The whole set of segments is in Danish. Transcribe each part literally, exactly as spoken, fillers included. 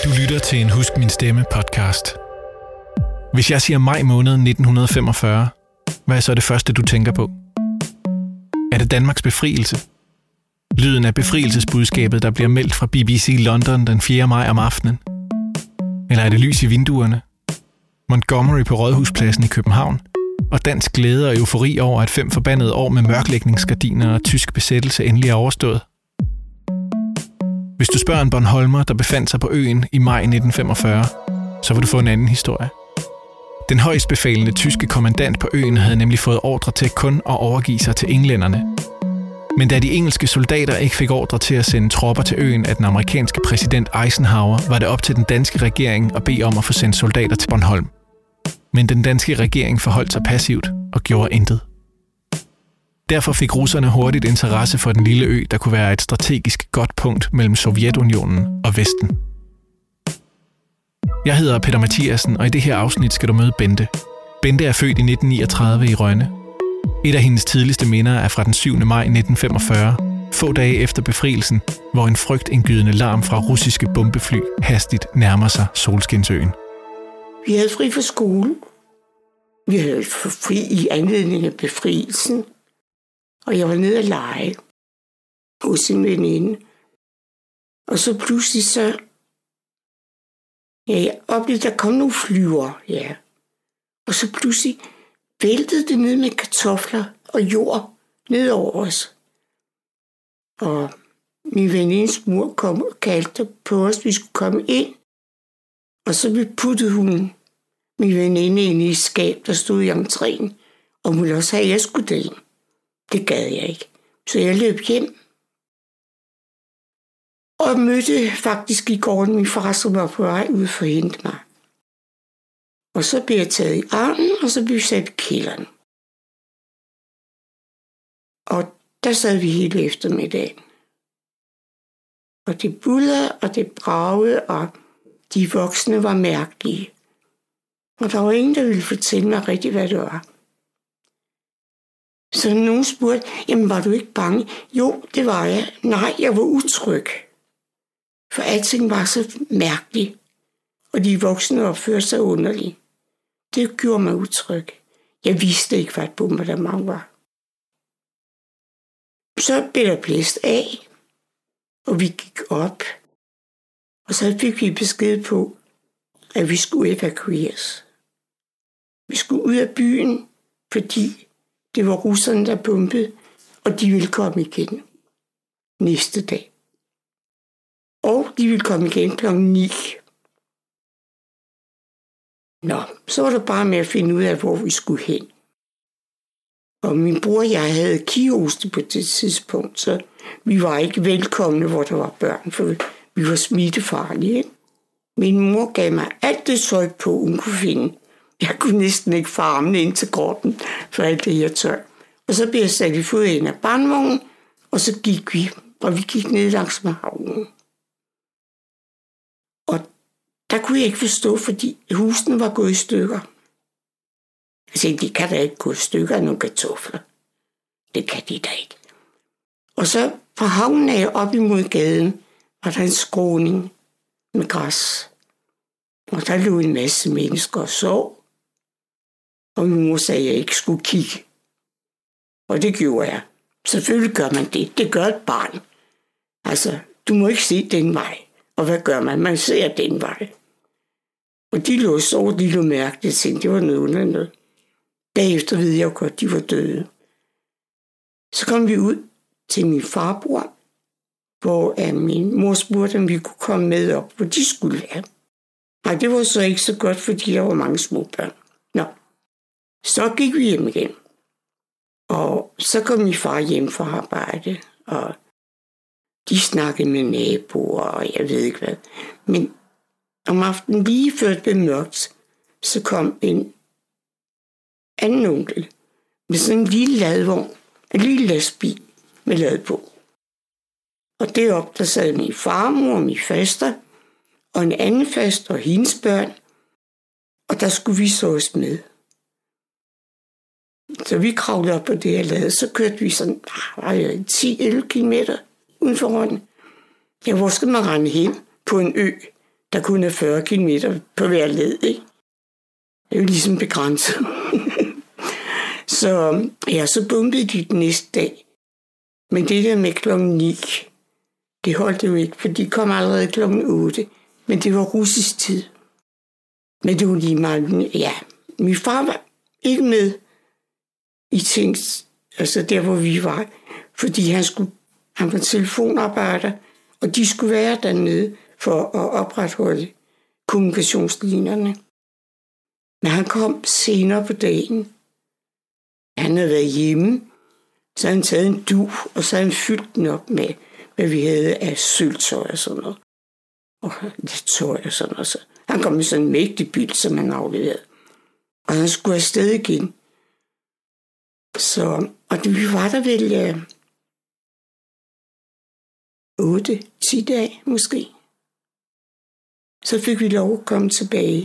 Du lytter til en Husk Min Stemme podcast. Hvis jeg siger maj måned nitten femogfyrre, hvad er så det første, du tænker på? Er det Danmarks befrielse? Lyden af befrielsesbudskabet, der bliver meldt fra B B C London den fjerde maj om aftenen? Eller er det lys i vinduerne? Montgomery på Rådhuspladsen i København? Og dansk glæde og eufori over, at fem forbandede år med mørklægningsgardiner og tysk besættelse endelig er overstået? Hvis du spørger en bornholmer, der befandt sig på øen i maj nitten femogfyrre, så vil du få en anden historie. Den højstbefalende tyske kommandant på øen havde nemlig fået ordre til kun at overgive sig til englænderne. Men da de engelske soldater ikke fik ordre til at sende tropper til øen af den amerikanske præsident Eisenhower, var det op til den danske regering at bede om at få sendt soldater til Bornholm. Men den danske regering forholdt sig passivt og gjorde intet. Derfor fik russerne hurtigt interesse for den lille ø, der kunne være et strategisk godt punkt mellem Sovjetunionen og Vesten. Jeg hedder Peter Mathiasen, og i det her afsnit skal du møde Bente. Bente er født i nitten niogtredive i Rønne. Et af hendes tidligste minder er fra den syvende maj nitten femogfyrre, få dage efter befrielsen, hvor en frygtindgydende larm fra russiske bombefly hastigt nærmer sig Solskinsøen. Vi havde fri for skole. Vi havde fri i anledning af befrielsen. Og jeg var nede at lege hos en veninde. Og så pludselig så... Ja, jeg oplevede, der kom nogle flyver, ja. Og så pludselig væltede det ned med kartofler og jord ned over os. Og min venindes mor kom og kaldte på os, vi skulle komme ind. Og så puttede hun min veninde ind i et skab, der stod i entréen. Og hun ville også have, at jeg skulle derind. Det gad jeg ikke. Så jeg løb hjem. Og mødte faktisk i går min far, som var på vej ud for at hente mig. Og så blev jeg taget i armen, og så blev jeg sat i kælderen. Og der sad vi hele eftermiddagen. Og det bullede, og det bragede, og de voksne var mærkelige. Og der var ingen, der ville fortælle mig rigtigt, hvad det var. Så nogen spurgte, jamen var du ikke bange? Jo, det var jeg. Nej, jeg var utryg. For alting var så mærkeligt, og de voksne opførte sig underligt. Det gjorde mig utryg. Jeg vidste ikke, hvad et bombardement var. Så blev der blæst af, og vi gik op. Og så fik vi besked på, at vi skulle evakueres. Vi skulle ud af byen, fordi det var russerne, der bombede, og de ville komme igen næste dag. Og de ville komme igen klokken ni. Nå, så var det bare med at finde ud af, hvor vi skulle hen. Og min bror og jeg havde kioste på det tidspunkt, så vi var ikke velkomne, hvor der var børn, for vi var smittefarlige. Min mor gav mig alt det tøj på, hun kunne finde. Jeg kunne næsten ikke få armene ind til kroppen for alt det her tøj. Og så blev jeg sat i fodenden af barnvognen, og så gik vi, og vi gik ned langs med havnen. Og der kunne jeg ikke forstå, fordi husene var gået i stykker. Jeg tænkte, de kan da ikke gå i stykker af nogle kartofler. Det kan de da ikke. Og så fra havnen af op imod gaden, var der en skråning med græs. Og der lå en masse mennesker og sov. Og min mor sagde, at jeg ikke skulle kigge. Og det gjorde jeg. Selvfølgelig gør man det. Det gør et barn. Altså, du må ikke se den vej. Og hvad gør man? Man ser den vej. Og de lå så, de lå mærkeligt, tænkte, det var noget under noget. Bagefter ved jeg jo godt, de var døde. Så kom vi ud til min farbror, hvor min mor spurgte, om vi kunne komme med op, hvor de skulle være. Nej, det var så ikke så godt, fordi der var mange små børn. Nå, så gik vi hjem igen. Og så kom min far hjem fra arbejde, og de snakkede med naboer, og jeg ved ikke hvad. Men om aftenen lige før det blev mørkt, så kom en anden onkel med sådan en lille ladvogn, en lille lastbil med lad på. Og deroppe, der sad min farmor og min faster, og en anden faster og hendes børn, og der skulle vi så os med. Så vi kravlede op på det her lade, så kørte vi sådan ah, ti til elleve kilometer uden for Rønne. Ja, hvor skal man rende hen på en ø? der kun er fyrre kilometer på hver led, ikke? Det er jo ligesom begrænset. Så ja, så bombede de den næste dag. Men det der med klokken ni, det holdt jo ikke, for de kom allerede klokken otte. Men det var russisk tid. Men det var lige meget, ja. Min far var ikke med i ting, altså der, hvor vi var. Fordi han, skulle, han var telefonarbejder, og de skulle være dernede for at opretholde kommunikationslinjerne. Men han kom senere på dagen. Han havde været hjemme, så havde han taget en du, og så havde han fyldt den op med, hvad vi havde af sølvtøj og sådan noget. Og lidt tøj og sådan noget. Så han kom med sådan en mægtig bil, som han afleverede. Og han skulle afsted igen. Så, og vi var der vel ja, otte ti dage måske. Så fik vi lov at komme tilbage.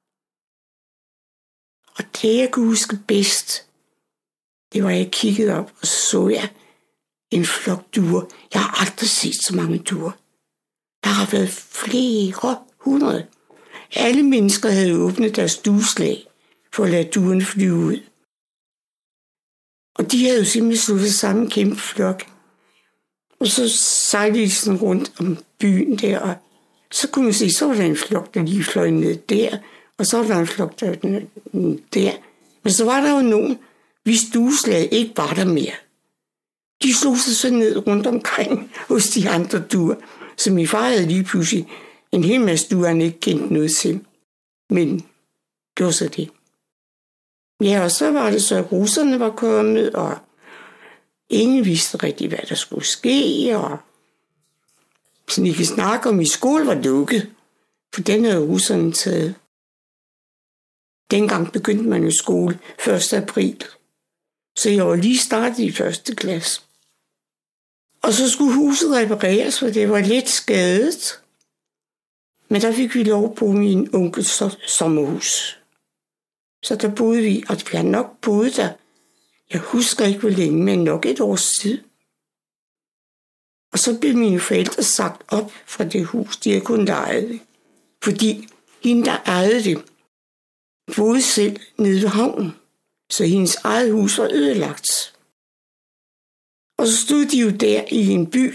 Og det, jeg kunne huske bedst, det var, at jeg kiggede op, og så så jeg en flok duer. Jeg har aldrig set så mange duer. Der har været flere hundrede. Alle mennesker havde åbnet deres dueslag for at lade duerne flyve ud. Og de havde jo simpelthen slået sammen en kæmpe flok. Og så sejlede de sådan rundt om byen der, og så kunne man se, så var der en flok, der lige fløj ned der, og så var der en flok, der var der. Men så var der jo nogen, hvis dueslag ikke var der mere. De slog sig så ned rundt omkring hos de andre duer. Så min far havde lige pludselig en hel masse duer, han ikke kendte noget til. Men gjorde så det. Ja, og så var det så, at russerne var kommet, og ingen vidste rigtig, hvad der skulle ske, og sådan I kan snakke om, i skole var lukket, for den havde russerne taget. Dengang begyndte man jo skole første april, så jeg var lige startet i første klasse. Og så skulle huset repareres, for det var lidt skadet. Men der fik vi lov at bo i min onkels sommerhus. Så der boede vi, og vi har nok boet der. Jeg husker ikke, hvor længe, men nok et års tid. Og så blev mine forældre sagt op fra det hus, de havde kun lejet det. Fordi hende, der ejede det, boede selv nede ved havnen. Så hendes eget hus var ødelagt. Og så stod de jo der i en by,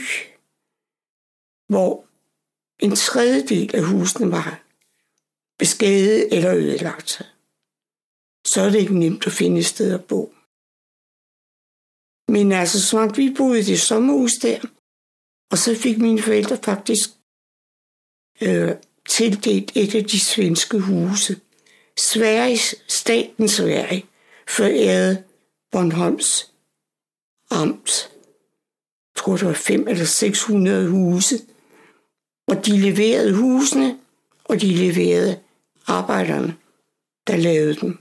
hvor en tredjedel af husene var beskadiget eller ødelagt. Så er det ikke nemt at finde et sted at bo. Men altså, så vi boede i det sommerhus der, og så fik mine forældre faktisk øh, tildelt et af de svenske huse. Sveriges, staten Sverige, forærede Bornholms amt. Jeg tror, det var fem eller seks hundrede huse. Og de leverede husene, og de leverede arbejderne, der lavede dem.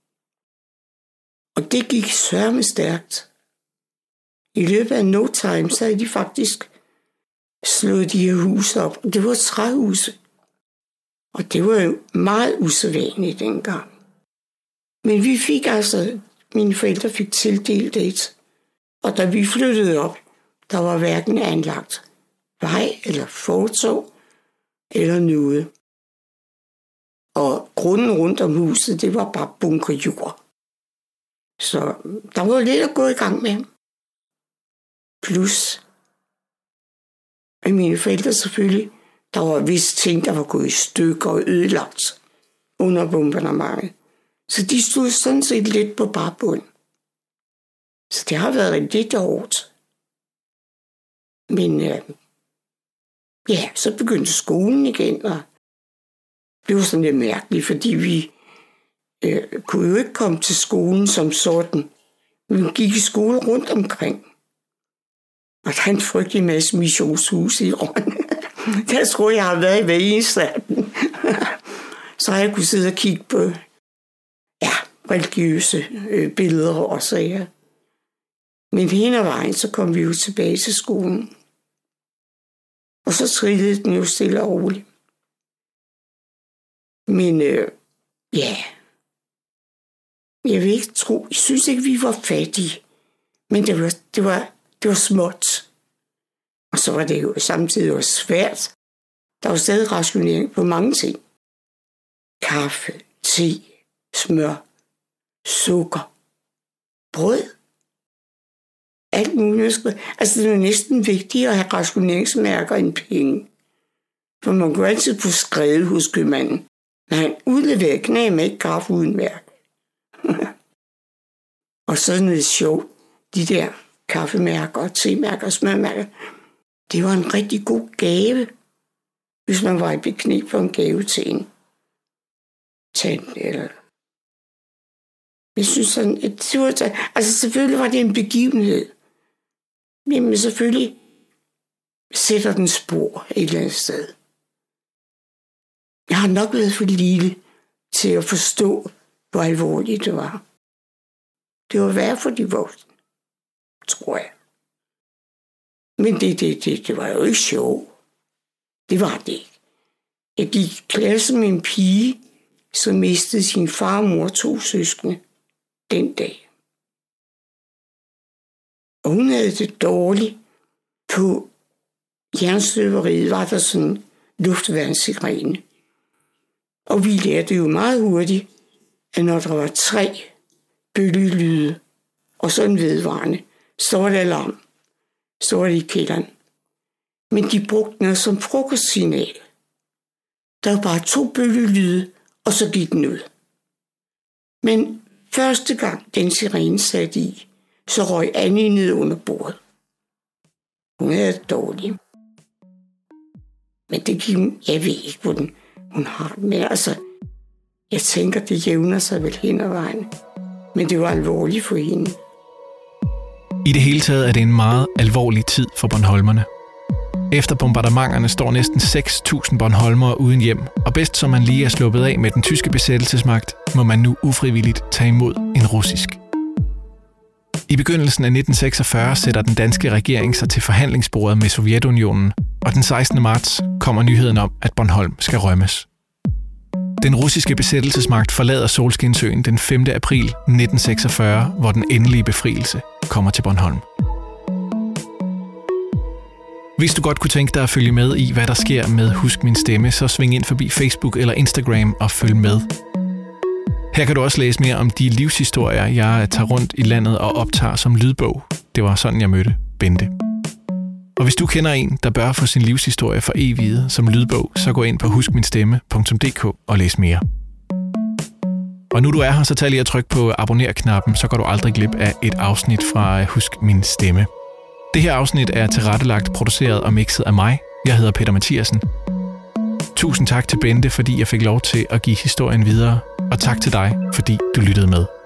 Og det gik sørme stærkt. I løbet af no time, så havde de faktisk slået de her huse op. Og det var træhuse. Og det var jo meget usædvanligt dengang. Men vi fik altså, mine forældre fik tildelt et. Og da vi flyttede op, der var hverken anlagt vej eller fortov eller noget. Og grunden rundt om huset, det var bare bunkerjord. Så der var lidt at gå i gang med. Plus, at mine forældre selvfølgelig, der var vist ting, der var gået i stykker og ødelagt under bombardementet. Så de stod sådan set lidt på barbund. Så det har været lidt hårdt. Men øh, ja, så begyndte skolen igen, og det var sådan lidt mærkeligt, fordi vi øh, kunne jo ikke komme til skolen som sådan. Vi gik i skole rundt omkring. Og der er en frygtelig masse missionshus i Rønne. Der tror jeg, jeg har været i hver eneste af dem. Så har jeg kunne sidde og kigge på ja, religiøse øh, billeder og sager. Men hen ad vejen, så kom vi jo tilbage til skolen. Og så trillede den jo stille og roligt. Men øh, ja, jeg vil ikke tro, jeg synes ikke, vi var fattige. Men det var, det var, det var småt. Og så var det jo samtidig også svært Der var stadig rationering på mange ting. Kaffe, te, smør, sukker, brød. Alt muligt. Altså, det er næsten vigtigere at have rationeringsmærker end penge. For man kunne altid få skrevet hos købmanden, når han udleverer knæ med ikke kaffe uden mærke. Og så noget sjovt. De der kaffemærker, temærker og smørmærker, det var en rigtig god gave, hvis man var i bekneb for en gave til en tante. Eller... Jeg synes sådan, at det var, altså selvfølgelig var det en begivenhed. Men selvfølgelig sætter den spor et eller andet sted. Jeg har nok været for lille til at forstå, hvor alvorligt det var. Det var værd for de voksne, tror jeg. Men det, det, det, det var jo ikke sjovt. Det var det ikke. Jeg gik i klasse med en pige, som mistede sin far og mor to søskende den dag. Og hun havde det dårligt. På jernstøberiet var der sådan en luftværnssirene. Og vi lærte jo meget hurtigt, at når der var tre bølgelyde og sådan vedvarende, så var det alarm. Så var det i kælderen. Men de brugte noget som frokostsignal. Der var bare to bølgelyde, og så gik den ud. Men første gang den sirene satte i, så røg Annie ned under bordet. Hun havde det dårligt. Men det gik, jeg ved ikke, hvor den, hun har det. Men altså, jeg tænker, det jævner sig vel hen ad vejen. Men det var alvorligt for hende. I det hele taget er det en meget alvorlig tid for bornholmerne. Efter bombardementerne står næsten seks tusind bornholmere uden hjem, og bedst som man lige er sluppet af med den tyske besættelsesmagt, må man nu ufrivilligt tage imod en russisk. I begyndelsen af nitten seksogfyrre sætter den danske regering sig til forhandlingsbordet med Sovjetunionen, og den sekstende marts kommer nyheden om, at Bornholm skal rømmes. Den russiske besættelsesmagt forlader Solskinsøen den femte april nitten seksogfyrre, hvor den endelige befrielse kommer til Bornholm. Hvis du godt kunne tænke dig at følge med i, hvad der sker med Husk Min Stemme, så sving ind forbi Facebook eller Instagram og følg med. Her kan du også læse mere om de livshistorier, jeg tager rundt i landet og optager som lydbog. Det var sådan, jeg mødte Bente. Og hvis du kender en, der bør få sin livshistorie for evigt som lydbog, så gå ind på husk min stemme punktum d k og læs mere. Og nu du er her, så tag lige at tryk på abonner-knappen, så går du aldrig glip af et afsnit fra Husk Min Stemme. Det her afsnit er tilrettelagt, produceret og mixet af mig. Jeg hedder Peter Mathiasen. Tusind tak til Bente, fordi jeg fik lov til at give historien videre. Og tak til dig, fordi du lyttede med.